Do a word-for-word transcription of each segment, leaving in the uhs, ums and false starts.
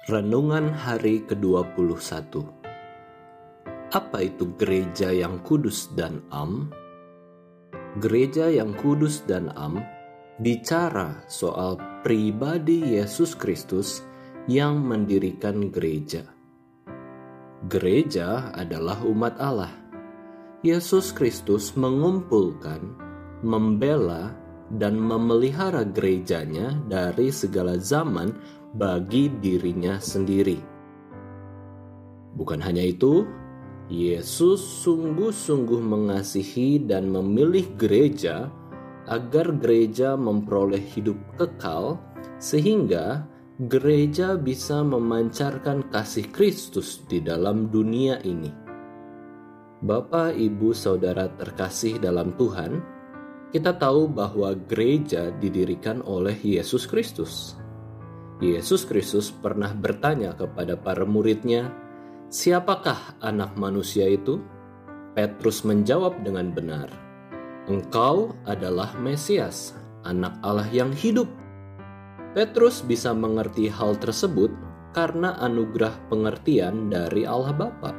Renungan hari kedua puluh satu. Apa itu gereja yang kudus dan am? Gereja yang kudus dan am bicara soal pribadi Yesus Kristus yang mendirikan gereja. Gereja adalah umat Allah. Yesus Kristus mengumpulkan, membela, dan memelihara gerejanya dari segala zaman bagi dirinya sendiri. Bukan hanya itu, Yesus sungguh-sungguh mengasihi dan memilih gereja agar gereja memperoleh hidup kekal, sehingga gereja bisa memancarkan kasih Kristus di dalam dunia ini. Bapak, Ibu, Saudara terkasih dalam Tuhan, kita tahu bahwa gereja didirikan oleh Yesus Kristus. Yesus Kristus pernah bertanya kepada para muridnya, "Siapakah anak manusia itu?" Petrus menjawab dengan benar, "Engkau adalah Mesias, anak Allah yang hidup." Petrus bisa mengerti hal tersebut karena anugerah pengertian dari Allah Bapa.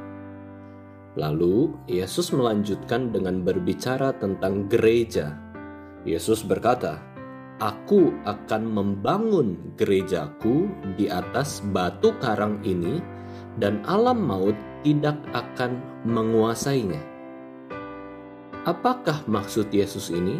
Lalu Yesus melanjutkan dengan berbicara tentang gereja. Yesus berkata, "Aku akan membangun gerejaku di atas batu karang ini, dan alam maut tidak akan menguasainya." Apakah maksud Yesus ini?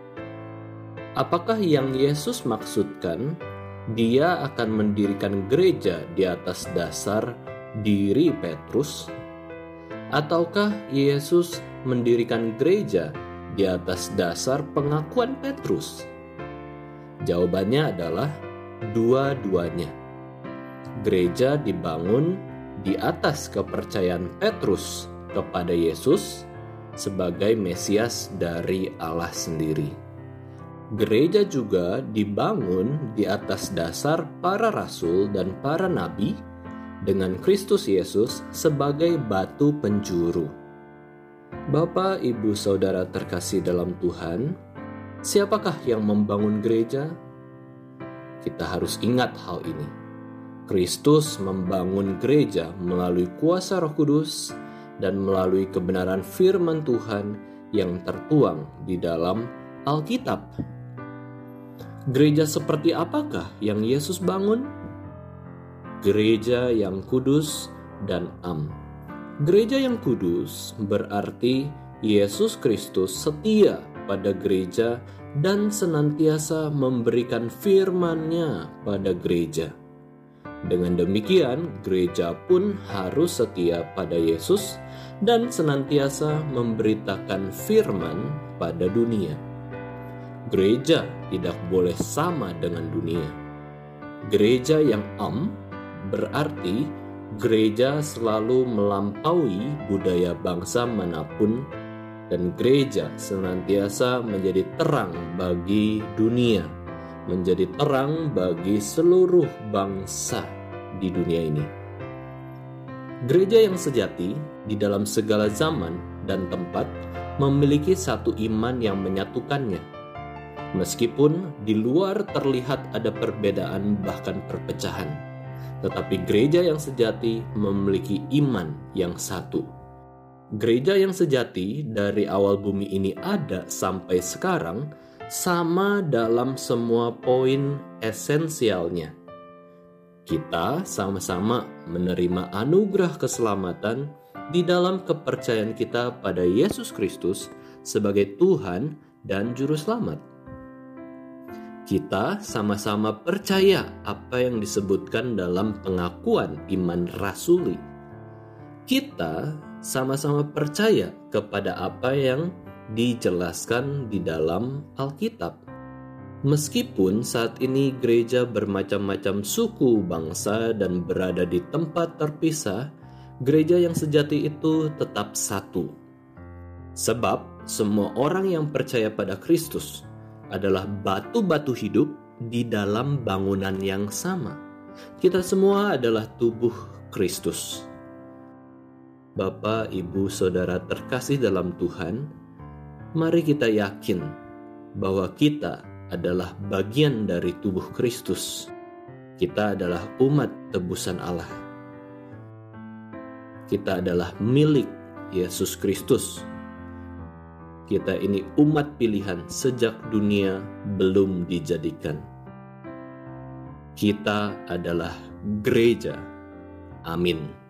Apakah yang Yesus maksudkan Dia akan mendirikan gereja di atas dasar diri Petrus? Ataukah Yesus mendirikan gereja di atas dasar pengakuan Petrus? Jawabannya adalah dua-duanya. Gereja dibangun di atas kepercayaan Petrus kepada Yesus sebagai Mesias dari Allah sendiri. Gereja juga dibangun di atas dasar para rasul dan para nabi dengan Kristus Yesus sebagai batu penjuru. Bapak, Ibu, Saudara terkasih dalam Tuhan, siapakah yang membangun gereja? Kita harus ingat hal ini. Kristus membangun gereja melalui kuasa Roh Kudus dan melalui kebenaran firman Tuhan yang tertuang di dalam Alkitab. Gereja seperti apakah yang Yesus bangun? Gereja yang kudus dan am. Gereja yang kudus berarti Yesus Kristus setia pada gereja dan senantiasa memberikan firman-Nya pada gereja. Dengan demikian, gereja pun harus setia pada Yesus dan senantiasa memberitakan firman pada dunia. Gereja tidak boleh sama dengan dunia. Gereja yang am berarti gereja selalu melampaui budaya bangsa manapun, dan gereja senantiasa menjadi terang bagi dunia, menjadi terang bagi seluruh bangsa di dunia ini. Gereja yang sejati di dalam segala zaman dan tempat memiliki satu iman yang menyatukannya. Meskipun di luar terlihat ada perbedaan bahkan perpecahan, tetapi gereja yang sejati memiliki iman yang satu. Gereja yang sejati dari awal bumi ini ada sampai sekarang sama dalam semua poin esensialnya. Kita sama-sama menerima anugerah keselamatan di dalam kepercayaan kita pada Yesus Kristus sebagai Tuhan dan Juru Selamat. Kita sama-sama percaya apa yang disebutkan dalam pengakuan iman rasuli. Kita sama-sama percaya kepada apa yang dijelaskan di dalam Alkitab. Meskipun saat ini gereja bermacam-macam suku, bangsa, dan berada di tempat terpisah, gereja yang sejati itu tetap satu. Sebab semua orang yang percaya pada Kristus adalah batu-batu hidup di dalam bangunan yang sama. Kita semua adalah tubuh Kristus. Bapak, Ibu, Saudara terkasih dalam Tuhan, mari kita yakin bahwa kita adalah bagian dari tubuh Kristus. Kita adalah umat tebusan Allah. Kita adalah milik Yesus Kristus. Kita ini umat pilihan sejak dunia belum dijadikan. Kita adalah gereja. Amin.